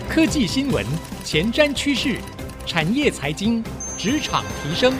科技新闻、前瞻趋势、产业财经、职场提升，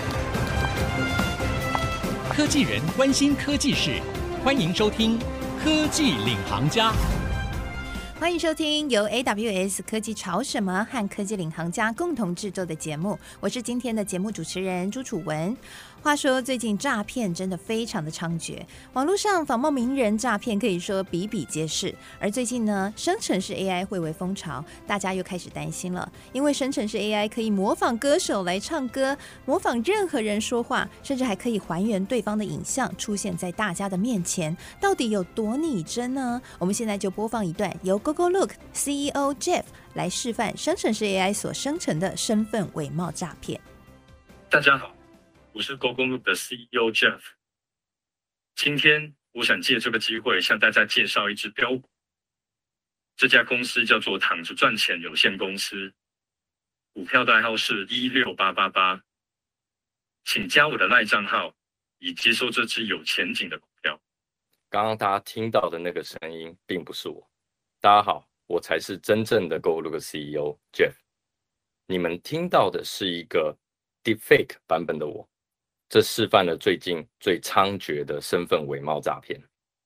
科技人关心科技事，欢迎收听《科技领航家》。 欢迎收听由 AWS 科技潮什么和科技领航家共同制作的节目，我是今天的节目主持人朱楚文。话说最近诈骗真的非常的猖獗，网络上仿冒名人诈骗可以说比比皆是，而最近呢，生成式 AI 蔚为风潮，大家又开始担心了，因为生成式 AI 可以模仿歌手来唱歌，模仿任何人说话，甚至还可以还原对方的影像出现在大家的面前，到底有多拟真呢？我们现在就播放一段由 GoGoLook CEO Jeff 来示范生成式 AI 所生成的身份伪冒诈骗。 大家好，我是 GoGoLook 的 CEO Jeff。今天我想借这个机会向大家介绍一只标股，这家公司叫做躺着赚钱有限公司，股票代号是16888，请加我的LINE 账号，以接收这只有前景的股票。 刚刚大家听到的那个声音并不是我。大家好，我才是真正的 GoGoLook CEO Jeff。你们听到的是一个 Deepfake 版本的我，这示范了最近最猖獗的身份伪冒诈骗。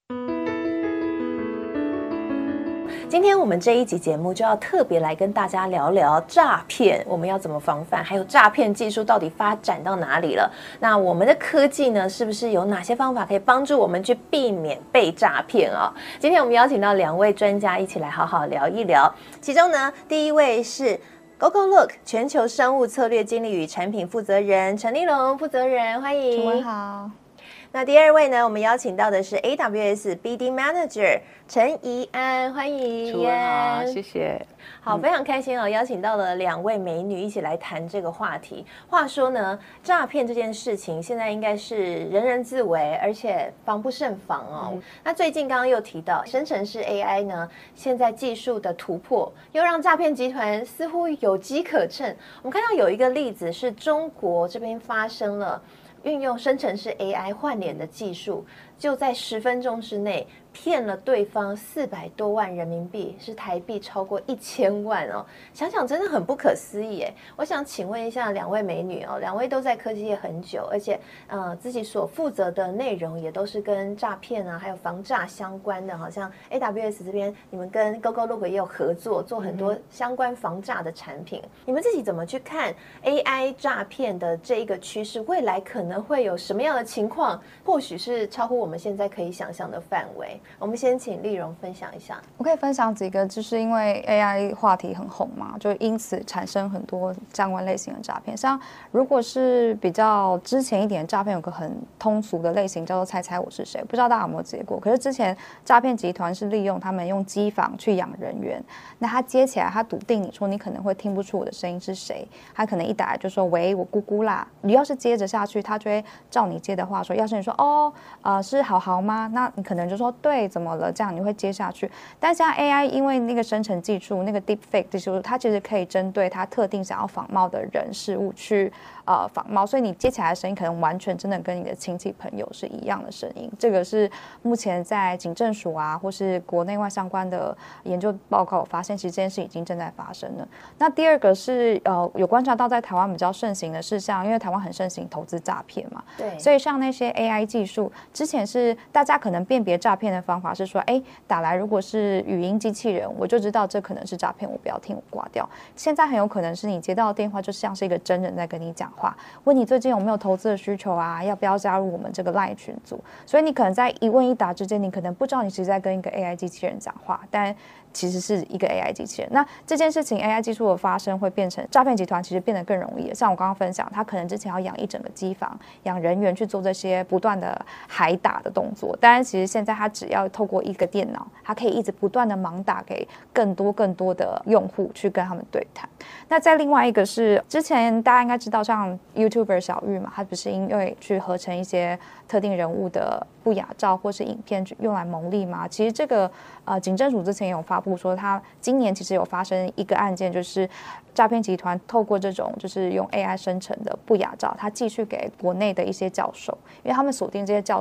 今天我们这一集节目就要特别来跟大家聊聊诈骗，我们要怎么防范，还有诈骗技术到底发展到哪里了。那我们的科技呢，是不是有哪些方法可以帮助我们去避免被诈骗啊？今天我们邀请到2位专家一起来好好聊一聊。其中呢，第一位是GoGoLook 全球商务策略经理与产品负责人陈立龙负责人，欢迎。 楚文好。 那第2位呢，我们邀请到的是 AWS BD Manager 陈怡安，欢迎。 楚文好，谢谢。 好，非常开心哦，邀请到了2位美女一起来谈这个话题。话说呢，诈骗这件事情现在应该是人人自危，而且防不胜防哦。那最近刚刚又提到生成式 AI 呢，现在技术的突破，又让诈骗集团似乎有机可乘。我们看到有一个例子是中国这边发生了运用生成式 AI 换脸的技术，就在10分钟之内骗了对方400多万人民币，是台币超过1000万哦。想想真的很不可思议耶。我想请问一下2位美女哦，2位都在科技业很久，而且自己所负责的内容也都是跟诈骗啊还有防诈相关的，好像 AWS 这边你们跟 GoGoLook 也有合作，做很多相关防诈的产品。你们自己怎么去看 AI 诈骗的这一个趋势？未来可能会有什么样的情况？或许是超乎我们现在可以想象的范围。我们先请丽蓉分享一下。 我可以分享几个，就是因为 AI 话题很红嘛，就因此产生很多相关类型的诈骗。像如果是比较之前一点的诈骗，有个很通俗的类型叫做猜猜我是谁，不知道大家有没有接过。可是之前诈骗集团是利用他们用机房去养人员，那他接起来，他笃定你说你可能会听不出我的声音是谁，他可能一打来就说喂我姑姑啦，你要是接着下去，他就会照你接的话说，要是你说是好好吗？那你可能就说对，怎么了？这样你会接下去。但现在 AI 因为那个生成技术，那个 Deepfake 技术，它其实可以针对它特定想要仿冒的人事物去仿冒，所以你接起来的声音可能完全真的跟你的亲戚朋友是一样的声音。这个是目前在警政署啊，或是国内外相关的研究报告有发现，其实这件事已经正在发生了。那第2个是有观察到在台湾比较盛行的是像，因为台湾很盛行投资诈骗嘛， 对， 所以像那些 AI 技术，之前是大家可能辨别诈骗的方法是说，打来如果是语音机器人，我就知道这可能是诈骗，我不要听，我挂掉。现在很有可能是你接到的电话就像是一个真人在跟你讲话，问你最近有没有投资的需求啊，要不要加入我们这个 LINE 群组。所以你可能在一问一答之间，你可能不知道你是在跟一个 AI 机器人讲话，但其实是一个 AI 机器人。那这件事情 AI 技术的发生会变成诈骗集团其实变得更容易了。像我刚刚分享，他可能之前要养一整个机房，养人员去做这些不断的海打的动作，但是其实现在他只要透过一个电脑，他可以一直不断的盲打给更多的用户去跟他们对谈。那再另外一个是之前大家应该知道，像 YouTuber 小玉嘛，他不是因为去合成一些特定人物的不雅照或是影片用来牟利吗？其实这个警政署之前有发布说，他今年其实有发生一个案件，就是诈骗集团透过这种就是用 AI 生成的不雅照，他寄去给国内的一些教授，因为他们锁定这些教授可能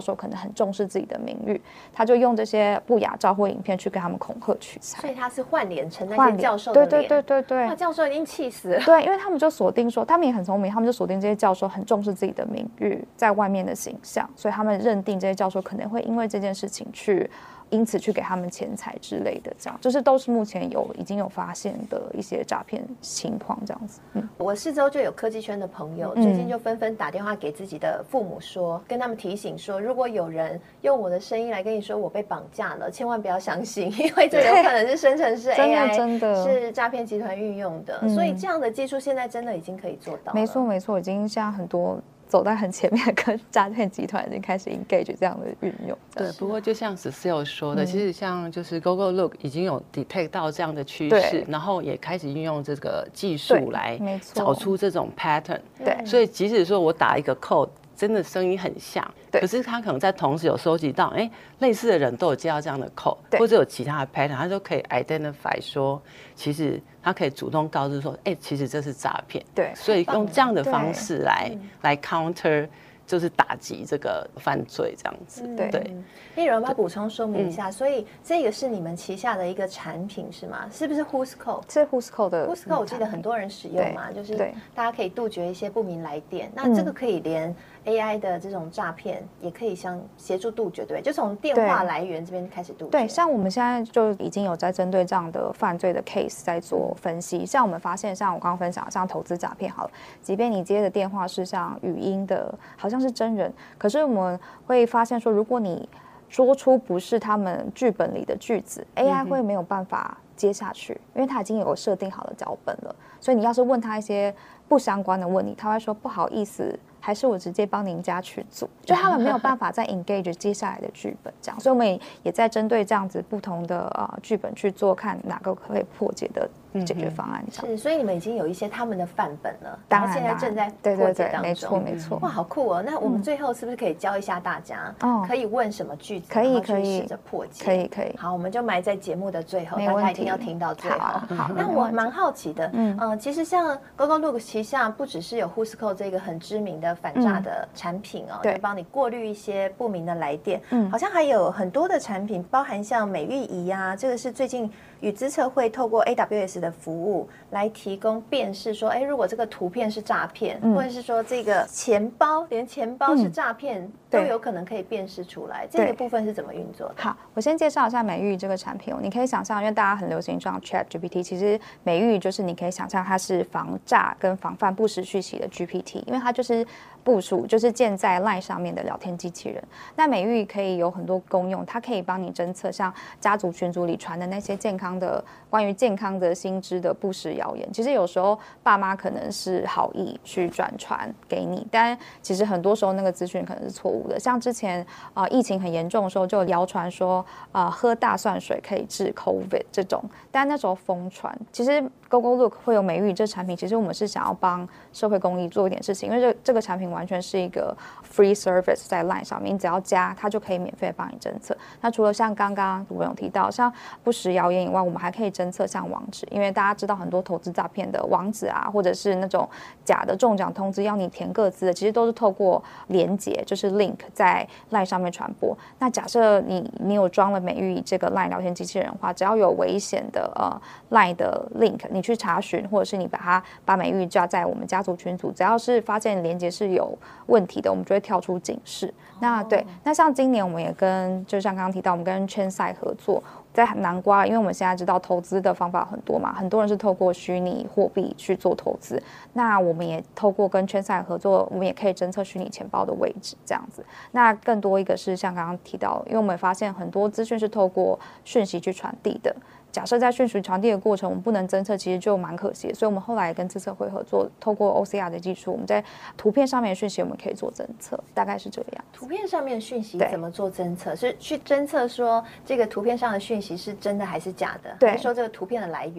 很重视自己的名誉，他就用这些不雅照或影片去跟他们恐吓取财。 所以他是换脸成那些教授的脸， 对， 那教授已经气死了。 对，因为他们就锁定说，他们也很聪明，他们就锁定这些教授很重视自己的名誉在外面的形象，所以他们认定这些教授可能会因为这件事情因此去给他们钱财之类的，这样就是都是目前已经有发现的一些诈骗情况，这样子。 我四周就有科技圈的朋友，最近就纷纷打电话给自己的父母说，跟他们提醒说，如果有人用我的声音来跟你说我被绑架了，千万不要相信，因为这有可能是生成式 AI， 真的是诈骗集团运用的。所以这样的技术现在真的已经可以做到了。 没错，已经像很多走在很前面，跟诈骗集团已经开始 engage 这样的运用。 对，不过就像 Cecile 说的，其实像就是 GoGoLook 已经有 detect 到这样的趋势，然后也开始运用这个技术来找出这种 pattern。 对， 所以即使说我打一个 code，真的声音很像，可是他可能在同时有收集到，类似的人都有接到这样的 code， 或者有其他的 pattern， 他都可以 identify 说，其实他可以主动告知说，其实这是诈骗。 对， 所以用这样的方式来 counter， 就是打击这个犯罪这样子。对。 丽蓉要不要补充说明一下？所以这个是你们旗下的一个产品是吗？是不是 Whoscall？ 是 Whoscall 的 Whoscall， 我记得很多人使用嘛，就是大家可以杜绝一些不明来电。那这个可以连 AI 的这种诈骗也可以协助杜绝，对，就从电话来源这边开始杜绝。 对，像我们现在就已经有在针对这样的犯罪的 case 在做分析。像我们发现，像我刚刚分享，像投资诈骗好了，即便你接的电话是像语音的，好像是真人，可是我们会发现说，如果你说出不是他们剧本里的句子，AI 会没有办法接下去，因为他已经有设定好的脚本了。所以你要是问他一些不相关的问题，他会说不好意思，还是我直接帮您加群组，就他们没有办法再 engage 接下来的剧本这样。所以我们也在针对这样子不同的剧本去做，看哪个可以破解的解决方案这样。 是，所以你们已经有一些他们的范本了，然后现在正在破解当中。 没错。 哇，好酷哦！那我们最后是不是可以教一下大家，可以问什么句子， 可以试着破解？ 可以。 好，我们就埋在节目的最后，大家一定要听到最后。 好， 那我蛮好奇的，其实像 GoGoLook 旗下不只是有 Whoscall 这个很知名的反诈的产品哦，就帮你过滤一些不明的来电，好像还有很多的产品，包含像美玉仪啊，这个是最近与资策会透过 AWS 的服务来提供辨识，说，如果这个图片是诈骗，或者是说这个连钱包是诈骗，都有可能可以辨识出来。这个部分是怎么运作的？ 好，我先介绍一下美玉这个产品哦。你可以想象，因为大家很流行这样 ChatGPT， 其实美玉就是你可以想象它是防诈跟防范不实讯息的 GPT， 因为它就是部署就是建在 LINE 上面的聊天机器人。那美玉可以有很多功用，它可以帮你侦测像家族群组里传的那些关于健康的新知的不实谣言。其实有时候爸妈可能是好意去转传给你，但其实很多时候那个资讯可能是错误的。像之前疫情很严重的时候，就有谣传说喝大蒜水可以治 COVID 这种，但那时候疯传。其实 GoGoLook 会有美玉这产品，其实我们是想要帮社会公益做一点事情，因为这个产品完全是一个 free service， 在 LINE 上面，你只要加，它就可以免费帮你侦测。那除了像刚刚我有提到像不实谣言以外，我们还可以侦测像网址，因为大家知道很多投资诈骗的网址啊，或者是那种假的中奖通知要你填个资的，其实都是透过连结，就是 link 在 LINE 上面传播。那假设你有装了美玉这个 LINE 聊天机器人的话，只要有危险的LINE 的 link， 你去查询，或者是你把美玉加在我们家族群组，只要是发现连结是有问题的，我们就会跳出警示。那对，那像今年我们也就像刚刚提到，我们跟圈赛合作。在南瓜，因为我们现在知道投资的方法很多嘛，很多人是透过虚拟货币去做投资。那我们也透过跟圈赛合作，我们也可以侦测虚拟钱包的位置，这样子。那更多一个是像刚刚提到，因为我们发现很多资讯是透过讯息去传递的。假设在讯息传递的过程我们不能侦测，其实就蛮可惜的。所以我们后来跟资策会合作，透过 OCR 的技术，我们在图片上面的讯息我们可以做侦测，大概是这个样子。 图片上面的讯息怎么做侦测？是去侦测说这个图片上的讯息是真的还是假的？ 对， 还是说这个图片的来源？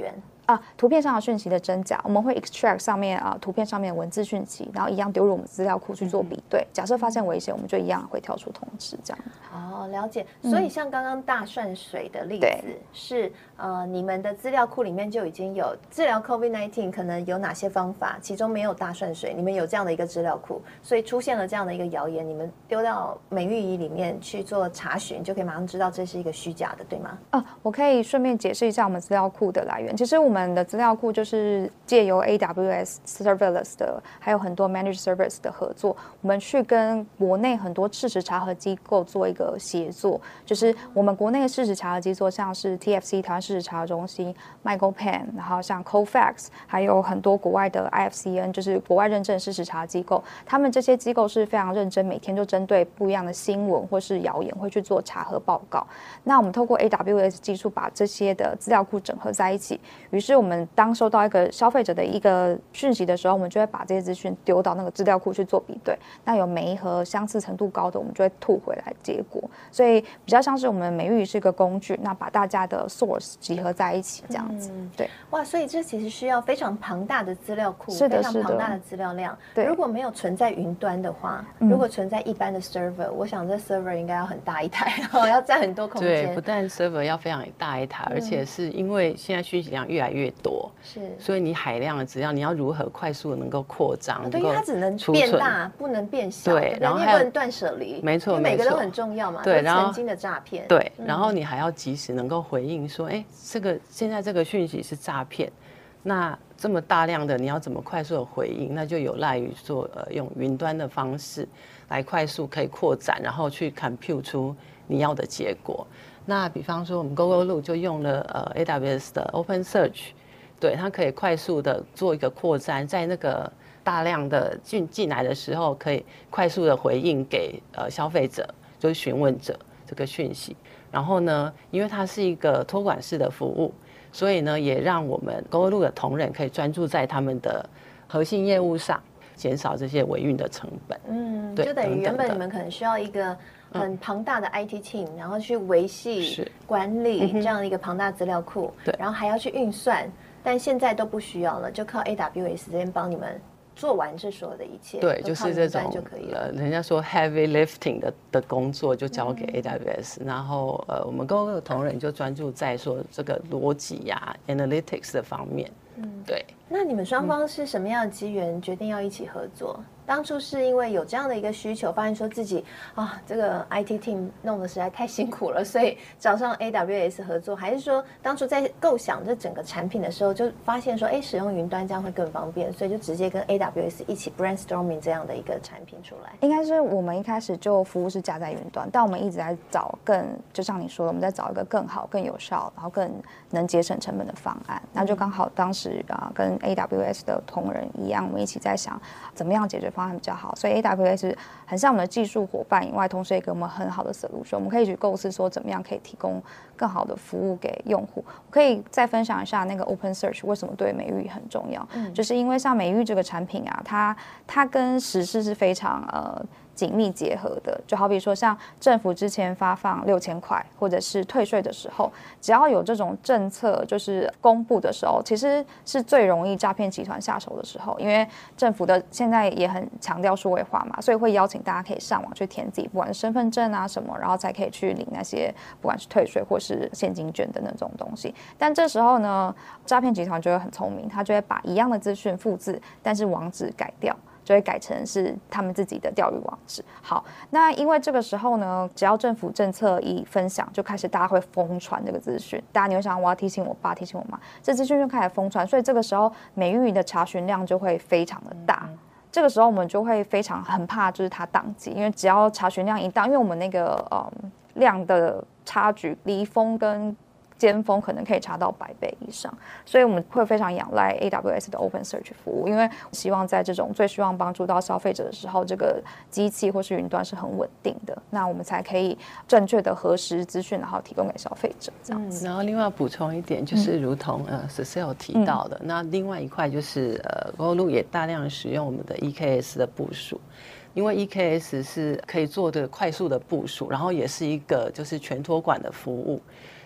图片上的讯息的真假，我们会 extract 上面图片上面的文字讯息，然后一样丢入我们资料库去做比对。假设发现危险，我们就一样会跳出通知这样。 哦，了解。所以像刚刚大蒜水的例子是你们的资料库里面就已经有治疗 COVID-19 可能有哪些方法，其中没有大蒜水，你们有这样的一个资料库，所以出现了这样的一个谣言，你们丢到美玉仪里面去做查询，就可以马上知道这是一个虚假的，对吗？ 我可以顺便解释一下我们资料库的来源。其实我们的资料库就是借由 AWS Serverless 的，还有很多 Managed Service 的合作，我们去跟国内很多事实查核机构做一个协作。就是我们国内的事实查核机构，像是 TFC 台湾事实查核中心、MichaelPen， 然后像 Colfax， 还有很多国外的 IFCN， 就是国外认证事实查机构。他们这些机构是非常认真，每天就针对不一样的新闻或是谣言会去做查核报告。那我们透过 AWS 技术把这些的资料库整合在一起，于是我们当收到一个消费者的一个讯息的时候，我们就会把这些资讯丢到那个资料库去做比对。那有每一盒相似程度高的，我们就会吐回来结果。所以比较像是我们美玉是一个工具，那把大家的 source 集合在一起这样子。对， 哇，所以这其实需要非常庞大的资料库， 是的， 非常庞大的资料量。 对， 如果没有存在云端的话，如果存在一般的 server，我想这 server 应该要很大一台，要占很多空间。 对，不但 server 要非常大一台，而且是因为现在讯息量越来越多， 是， 所以你海量的资料，你要如何快速的能够扩张？ 对，因为它只能变大，不能变小。 对， 然后还不能断舍离， 没错， 因为每个都很重要嘛。 对，然后曾经的诈骗， 对，然后你还要及时能够回应说，这个现在这个讯息是诈骗，那这么大量的你要怎么快速的回应？那就有赖于说用云端的方式来快速可以扩展，然后去 compute 出你要的结果。那比方说我们 Gogolook 就用了AWS 的 OpenSearch， 对，它可以快速的做一个扩展，在那个大量的进来的时候，可以快速的回应给消费者，就是询问者这个讯息。然后呢，因为它是一个托管式的服务，所以呢，也让我们 Gogolook 的同仁可以专注在他们的核心业务上，减少这些维运的成本。 对，就等于原本你们可能需要一个很庞大的 IT team，然后去维系、管理这样的一个庞大资料库，然后还要去运算，但现在都不需要了，就靠 AWS 这边帮你们做完这所有的一切。 对，就是这种就可以了。 人家说 heavy lifting 的工作就交给 AWS，然后我们Gogolook的同仁就专注在说这个逻辑呀、analytics 的方面。对。 那你们双方是什么样的机缘决定要一起合作？当初是因为有这样的一个需求，发现说自己这个 IT team 弄得实在太辛苦了，所以找上 AWS 合作，还是说当初在构想这整个产品的时候，就发现说，使用云端这样会更方便，所以就直接跟 AWS 一起 brainstorming 这样的一个产品出来？ 应该是我们一开始就服务是架在云端，但我们一直在找就像你说的，我们在找一个更好、更有效，然后更能节省成本的方案。那就刚好当时跟 AWS 的同仁一样，我们一起在想怎么样解决方案比较好，所以 AWS 很像我们的技术伙伴以外，同时也给我们很好的 solution， 我们可以去构思说怎么样可以提供更好的服务给用户。我可以再分享一下那个 OpenSearch 为什么对美玉很重要，就是因为像美玉这个产品它跟时事是非常紧密结合的，就好比说像政府之前发放6000块，或者是退税的时候，只要有这种政策就是公布的时候，其实是最容易诈骗集团下手的时候，因为政府的现在也很强调数位化嘛，所以会邀请大家可以上网去填自己不管是身份证啊什么，然后才可以去领那些不管是退税或是现金券的那种东西。但这时候呢，诈骗集团就会很聪明，他就会把一样的资讯复制，但是网址改掉，就会改成是他们自己的钓鱼网址。好，那因为这个时候呢，只要政府政策一分享，就开始大家会疯传这个资讯，大家你会想我要提醒我爸，提醒我妈，这资讯就开始疯传，所以这个时候美玉的查询量就会非常的大。这个时候我们就会非常很怕，就是它宕机，因为只要查询量一到，因为我们那个量的差距，离峰跟尖峰可能可以查到100倍以上，所以我们会非常仰赖 AWS 的 OpenSearch 服务，因为希望在这种最希望帮助到消费者的时候，这个机器或是云端是很稳定的，那我们才可以正确的核实资讯，然后提供给消费者这样子。 然后另外补充一点，就是如同Cecile 提到的，那另外一块就是Gogolook也大量使用我们的 EKS 的部署。因为 EKS 是可以做的快速的部署，然后也是一个就是全托管的服务，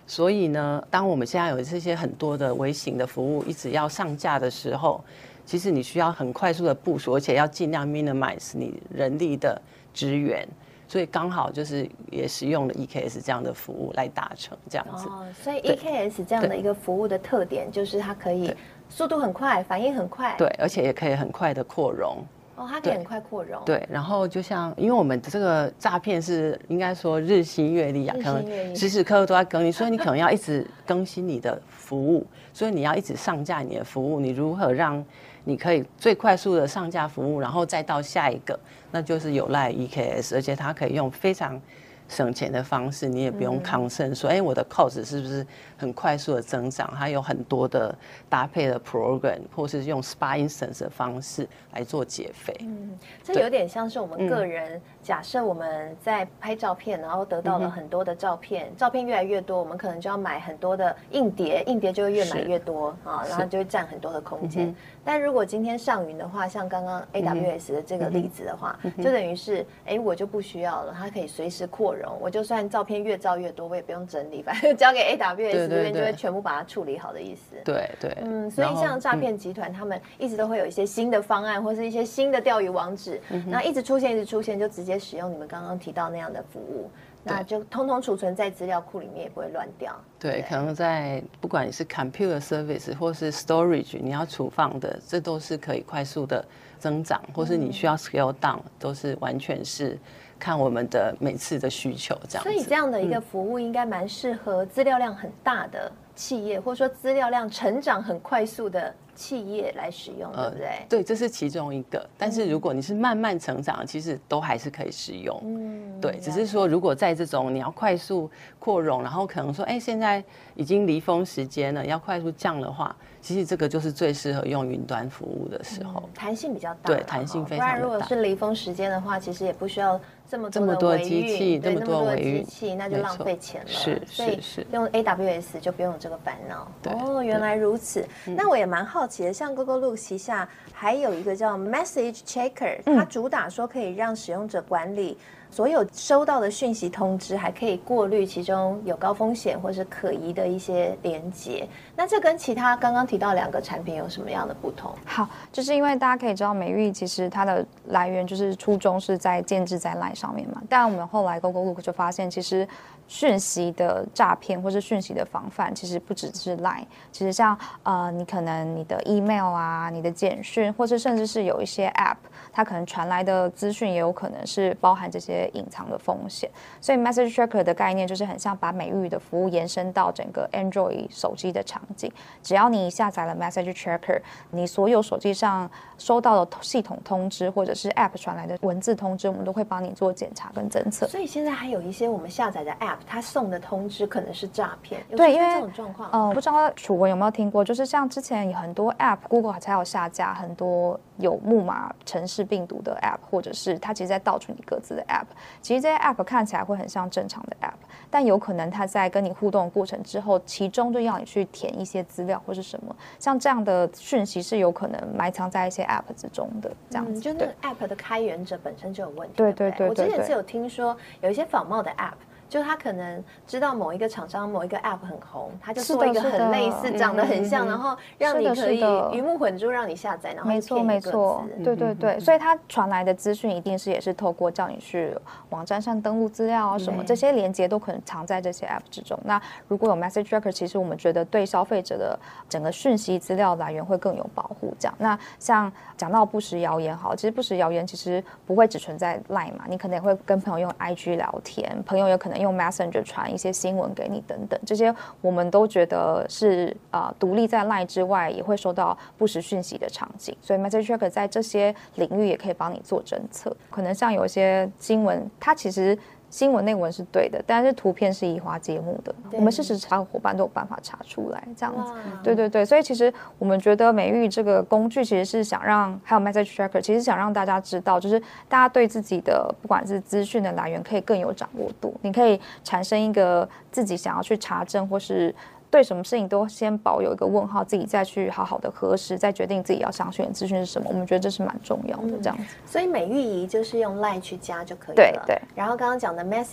所以呢，当我们现在有这些很多的微型的服务一直要上架的时候，其实你需要很快速的部署，而且要尽量 minimize 你人力的支援。所以刚好就是也使用了 EKS 这样的服务来达成这样子。 所以 EKS 这样的一个服务的特点就是它可以速度很快，反应很快， 对，而且也可以很快的扩容。 它可以很快扩容。 对，然后就像因为我们这个诈骗是应该说日新月异啊，可能时时刻刻都在更新，所以你可能要一直更新你的服务，所以你要一直上架你的服务，你如何让你可以最快速的上架服务，然后再到下一个，那就是有赖 EKS， 而且它可以用非常省钱的方式，你也不用concern说，我的 cost 是不是很快速的增长？它有很多的搭配的 program， 或是用 SPA instance 的方式来做解费。 这有点像是我们个人，假设我们在拍照片，然后得到了很多的照片，照片越来越多，我们可能就要买很多的硬碟，硬碟就会越买越多啊，然后就会占很多的空间。但如果今天上云的话，像刚刚 AWS 的这个例子的话，就等于是，我就不需要了，它可以随时扩容，我就算照片越造越多，我也不用整理，反正交给 AWS 这边就会全部把它处理好的意思。 对， 所以像诈骗集团，他们一直都会有一些新的方案，或是一些新的钓鱼网址，然后一直出现，就直接使用你们刚刚提到那样的服务。那就通通储存在资料库里面，也不会乱掉。 对，可能在不管你是 computer service 或是 storage， 你要储放的，这都是可以快速的增长，或是你需要 scale down，都是完全是看我们的每次的需求这样子。 所以这样的一个服务应该蛮适合资料量很大的企业，或者说资料量成长很快速的企业来使用，对不对？ 对，这是其中一个。但是如果你是慢慢成长，其实都还是可以使用。对，只是说如果在这种你要快速扩容，然后可能说，现在已经离峰时间了，要快速降的话，其实这个就是最适合用云端服务的时候， 弹性比较大。 对，弹性非常大。 不然如果是离峰时间的话，其实也不需要这么多的机器， 这么多的机器，那就浪费钱了。所以用 AWS 就不用有这个烦恼。原来如此。那我也蛮好奇的，像 GoGoLook 旗下还有一个叫 Message Checker， 它主打说可以让使用者管理所有收到的讯息通知，还可以过滤其中有高风险或是可疑的一些连结。那这跟其他刚刚提到2个产品有什么样的不同？ 好，就是因为大家可以知道，美玉其实它的来源就是初衷是在建置在 LINE 上面嘛，但我们后来 GoGoLook 就发现，其实讯息的诈骗或是讯息的防范，其实不只是 LINE， 其实像你可能你的 email 啊、你的简讯，或是甚至是有一些 app， 它可能传来的资讯也有可能是包含这些隐藏的风险。所以 Message Tracker 的概念就是很像把美玉的服务延伸到整个 Android 手机的场景。只要你下载了 Message Tracker， 你所有手机上收到的系统通知或者是 app 传来的文字通知，我们都会帮你做检查跟侦测。 所以现在还有一些我们下载的 app，它送的通知可能是诈骗。 对，因为这种状况， 不知道楚文有没有听过，就是像之前有很多 app，Google 才有下架很多有木马程式病毒的 app， 或者是它其实在盗取你各自的 app。其实这些 app 看起来会很像正常的 app， 但有可能它在跟你互动的过程之后，其中就要你去填一些资料或是什么，像这样的讯息是有可能埋藏在一些 app 之中的，这样子。 就那个 app 的开源者本身就有问题。 对。 我之前是有听说有一些仿冒的 app。就他可能知道某一个厂商某一个 app 很红，他就做一个很类似长得很像，然后让你可以鱼目混珠让你下载，然后没错，对，所以他传来的资讯一定是也是透过叫你去网站上登录资料啊什么，这些连接都可能藏在这些 app 之中。那如果有 Message Tracker， 其实我们觉得对消费者的整个讯息资料来源会更有保护。这样，那像讲到不实谣言好，其实不实谣言其实不会只存在 LINE 嘛，你可能也会跟朋友用 IG 聊天，朋友有可能用 Messenger 传一些新闻给你等等，这些我们都觉得是独立在 LINE 之外也会收到不实讯息的场景，所以 Message Tracker 在这些领域也可以帮你做侦测。可能像有一些新闻，它其实新闻内文是对的，但是图片是移花接木的，我们事实查伙伴都有办法查出来，这样子。对，所以其实我们觉得美玉这个工具其实是想让，还有 Message Tracker 其实想让大家知道，就是大家对自己的不管是资讯的来源可以更有掌握度，你可以产生一个自己想要去查证或是对什么事情都先保有一个问号，自己再去好好的核实，再决定自己要相信的资讯是什么。我们觉得这是蛮重要的，这样子。 所以美玉仪就是用 LINE 去加就可以了。 对。 然后刚刚讲的 Message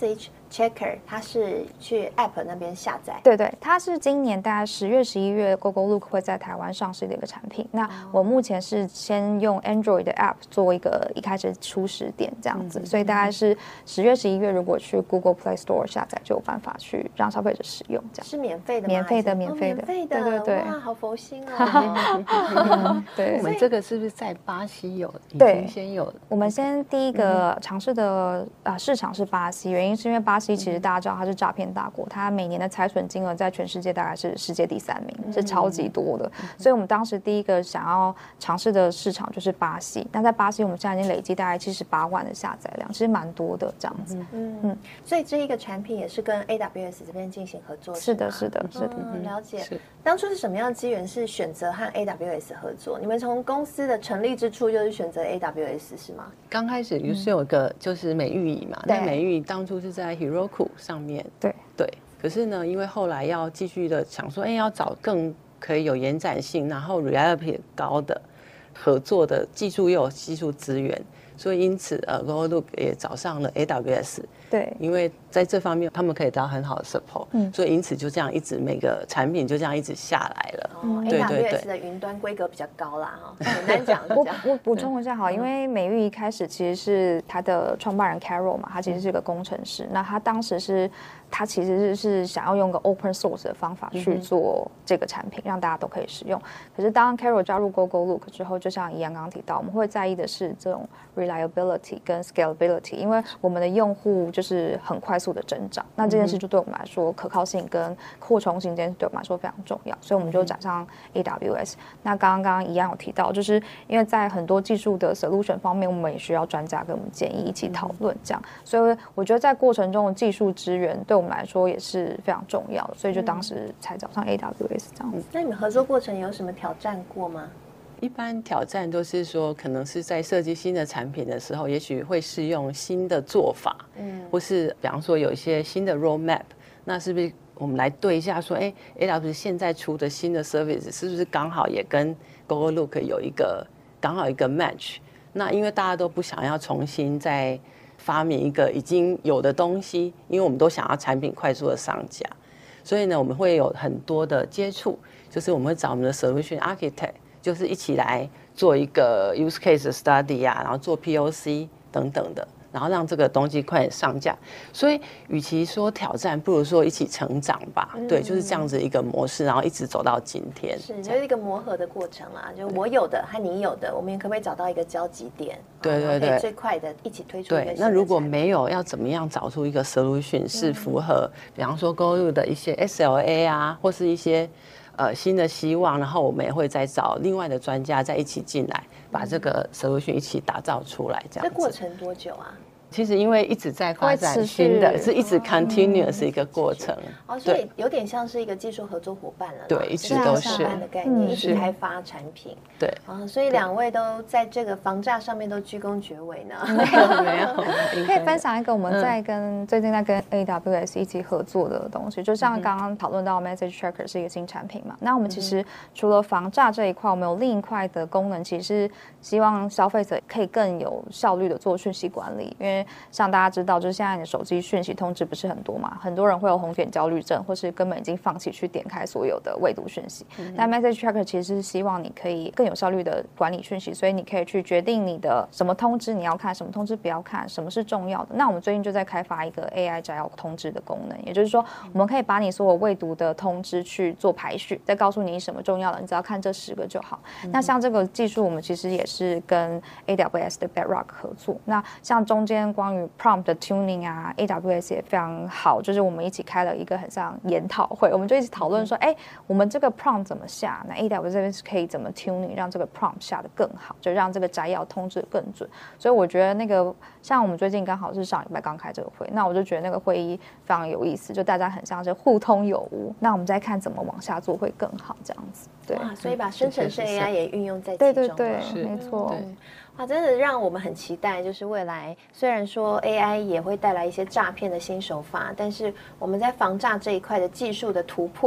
Checker 它是去 App 那边下载， 对对，它是今年大概10月、11月 GoGoLook 会在台湾上市的一个产品。那我目前是先用 Android 的 App 做一个一开始初始点这样子，所以大概是10月、11月，如果去 Google Play Store 下载就有办法去让消费者使用，这样是免费的吗？ 免费的，免费的， 免费的， 对对对， 哇，好佛心哦。 对， 我们这个是不是在巴西有？已经先有。 我们先第一个尝试的市场是巴西，原因是因为巴西其实大家知道它是诈骗大国，它每年的财损金额在全世界大概是世界第3名，是超级多的。所以我们当时第一个想要尝试的市场就是巴西。那在巴西，我们现在已经累积大概78万的下载量，其实蛮多的这样子。 所以这一个产品也是跟 AWS 这边进行合作。 是的，是的，是的。 了解。当初是什么样的机缘是选择和 AWS 合作？你们从公司的成立之初就是选择 AWS 是吗？ 刚开始就是有个就是美玉椅嘛，那美玉椅当初是在 Heroku 上面，对。可是呢，因为后来要继续的想说，要找更可以有延展性，然后 reliability 高的合作的技术又有技术资源，所以因此GoGoLook 也找上了 AWS。对，因为在这方面他们可以得到很好的 support，所以因此就这样一直每个产品就这样一直下来了。 AWS 的云端规格比较高啦，简单讲。 我补充一下好，因为美玉一开始其实是他的创办人 Carol 嘛，他其实是个工程师，那他当时他其实是想要用个 open source 的方法去做这个产品，让大家都可以使用。可是当 Carol 加入 GoGoLook 之后，就像怡安刚刚提到，我们会在意的是这种 reliability 跟 scalability， 因为我们的用户就是很快速的增长，那这件事就对我们来说，可靠性跟扩充性这件事对我们来说非常重要，所以我们就转上 AWS。那刚刚怡安有提到，就是因为在很多技术的 solution 方面，我们也需要专家给我们建议，一起讨论这样。所以我觉得在过程中的技术支援对我们来说也是非常重要的，所以就当时才找上 AWS 这样子。 那你们合作过程有什么挑战过吗？ 一般挑战都是说，可能是在设计新的产品的时候，也许会试用新的做法，或是比方说有一些新的 roadmap， 那是不是我们来对一下说，AWS 现在出的新的 service 是不是刚好也跟 GoGoLook 有刚好一个 match？ 那因为大家都不想要重新再发明一个已经有的东西，因为我们都想要产品快速的上架，所以呢，我们会有很多的接触，就是我们会找我们的 solution architect。就是一起来做一个 use case study 啊，然后做 POC 等等的，然后让这个东西快点上架。所以，与其说挑战，不如说一起成长吧。对，就是这样子一个模式，然后一直走到今天。 是，就是一个磨合的过程啦。就我有的和你有的，我们可不可以找到一个交集点？ 对对对， 最快的一起推出。 对，那如果没有，要怎么样找出一个 solution 是符合，比方说 GoGoLook 的一些 SLA 啊，或是一些。新的希望，然后我们也会再找另外的专家再一起进来，把这个 solution 一起打造出来。这样子。 这过程多久啊？ 其实因为一直在发展新的，是一直 continuous 一个过程。 所以有点像是一个技术合作伙伴了。 对，一直都是的概念，一起开发产品。 对所以两位都在这个防诈上面都居功厥伟呢。 没有， 可以分享一个我们最近在跟 AWS 一起合作的东西，就像刚刚讨论到 Message Tracker 是一个新产品嘛。那我们其实除了防诈这一块，我们有另一块的功能，其实是希望消费者可以更有效率的做讯息管理，因为像大家知道，就是现在你的手机讯息通知不是很多嘛，很多人会有红点焦虑症，或是根本已经放弃去点开所有的未读讯息。那 Message Tracker 其实是希望你可以更有效率的管理讯息，所以你可以去决定你的什么通知你要看，什么通知不要看，什么是重要的。那我们最近就在开发一个 AI 摘要通知的功能，也就是说，我们可以把你所有未读的通知去做排序，再告诉你什么重要的，你只要看这10个就好。那像这个技术，我们其实也是跟 AWS 的 Bedrock 合作。那像中间关于 prompt 的 tuning 啊 ，AWS 也非常好，就是我们一起开了一个很像研讨会，我们就一起讨论说，我们这个 prompt 怎么下？那 AWS 这边是可以怎么 tuning， 让这个 prompt 下得更好，就让这个摘要通知更准。所以我觉得那个像我们最近刚好是上礼拜刚开这个会，那我就觉得那个会议非常有意思，就大家很像是互通有无。那我们再看怎么往下做会更好，这样子。对， 所以把生成式 AI 也运用在其中。 对，没错。 真的让我们很期待，就是未来虽然说 AI 也会带来一些诈骗的新手法，但是我们在防诈这一块的技术的突破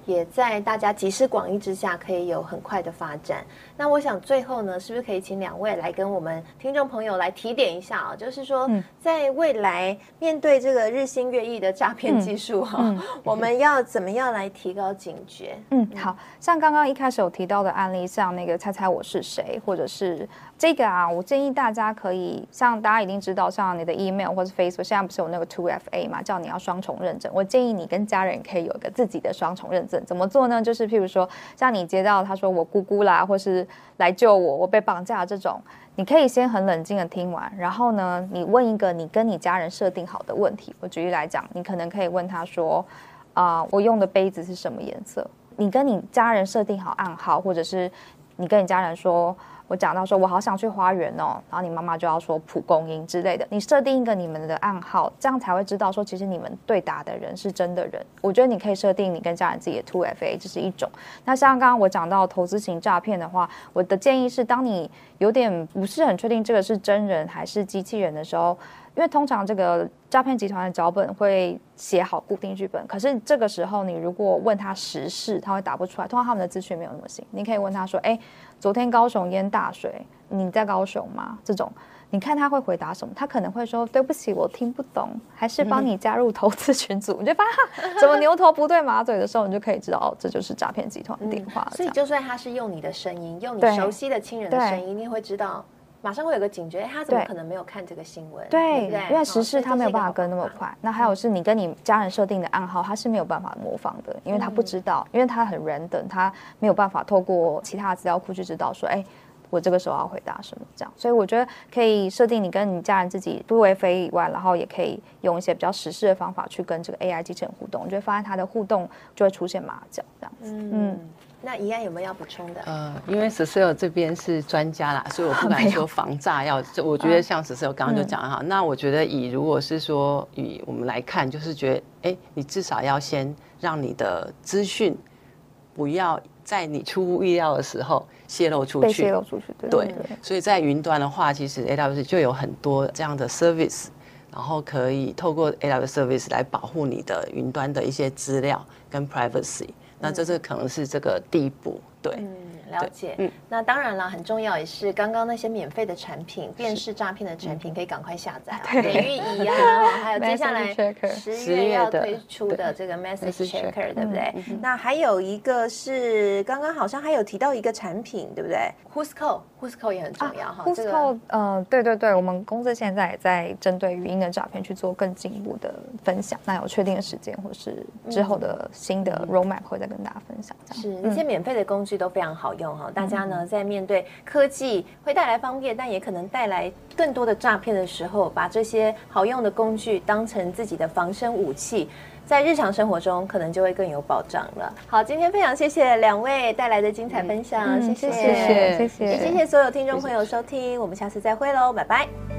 也在大家集思广益之下，可以有很快的发展。那我想最后呢，是不是可以请2位来跟我们听众朋友来提点一下啊？就是说，在未来面对这个日新月异的诈骗技术我们要怎么样来提高警觉？ 好像刚刚一开始有提到的案例，像那个猜猜我是谁，或者是这个啊，我建议大家可以，像大家一定知道，像你的 email 或是 Facebook， 现在不是有那个 2FA 嘛，叫你要双重认证。我建议你跟家人可以有一个自己的双重认证。怎么做呢？就是譬如说，像你接到他说我姑姑啦，或是来救我，我被绑架这种，你可以先很冷静的听完，然后呢，你问一个你跟你家人设定好的问题。我举例来讲，你可能可以问他说，我用的杯子是什么颜色？你跟你家人设定好暗号，或者是你跟你家人说，我讲到说我好想去花园哦，然后你妈妈就要说蒲公英之类的，你设定一个你们的暗号，这样才会知道说其实你们对答的人是真的人。我觉得你可以设定你跟家人自己的 2FA， 这是一种。那像刚刚我讲到投资型诈骗的话，我的建议是，当你有点不是很确定这个是真人还是机器人的时候，因为通常这个诈骗集团的脚本会写好固定剧本，可是这个时候你如果问他时事，他会答不出来，通常他们的资讯没有那么新。你可以问他说，昨天高雄淹大水，你在高雄吗？这种你看他会回答什么？他可能会说对不起我听不懂，还是帮你加入投资群组。你就发现怎么牛头不对马嘴的时候，你就可以知道这就是诈骗集团的电话。 所以就算他是用你的声音，用你熟悉的亲人的声音，你也会知道，马上会有个警觉，他怎么可能没有看这个新闻？ 对，因为时事他没有办法跟那么快。那还有是你跟你家人设定的暗号，他是没有办法模仿的，因为他不知道，因为他很 random， 他没有办法透过其他的资料库去知道说，我这个时候要回答什么这样。所以我觉得可以设定你跟你家人自己2FA以外，然后也可以用一些比较时事的方法去跟这个 AI 机器人互动，你就会发现它的互动就会出现马脚这样子。 那怡安有没有要补充的？ 因为 Cecile 这边是专家啦，所以我不敢说防诈要。我觉得像 Cecile 刚刚就讲哈，那我觉得如果是说以我们来看，就是觉得你至少要先让你的资讯不要在你出乎意料的时候泄露出去， 被泄露出去。对， 所以在云端的话，其实 AWS 就有很多这样的 service， 然后可以透过 AWS service 来保护你的云端的一些资料跟 privacy。那这可能是这个第一步，对。 了解。那当然了，很重要也是刚刚那些免费的产品，辨识诈骗的产品可以赶快下载啊，美玉仪啊，还有接下来10月要推出的这个 Message Checker， 对不对？那还有一个是刚刚好像还有提到一个产品，对不对 ？Whoscall 也很重要哈。 Whoscall 对，我们公司现在也在针对语音的诈骗去做更进一步的分享。那有确定的时间或是之后的新的 roadmap 会再跟大家分享。 是那些免费的工具都非常好用。大家呢在面对科技会带来方便，但也可能带来更多的诈骗的时候，把这些好用的工具当成自己的防身武器，在日常生活中可能就会更有保障了。好，今天非常谢谢2位带来的精彩分享，谢谢， 谢谢也谢谢所有听众朋友收听，我们下次再会喽，拜拜。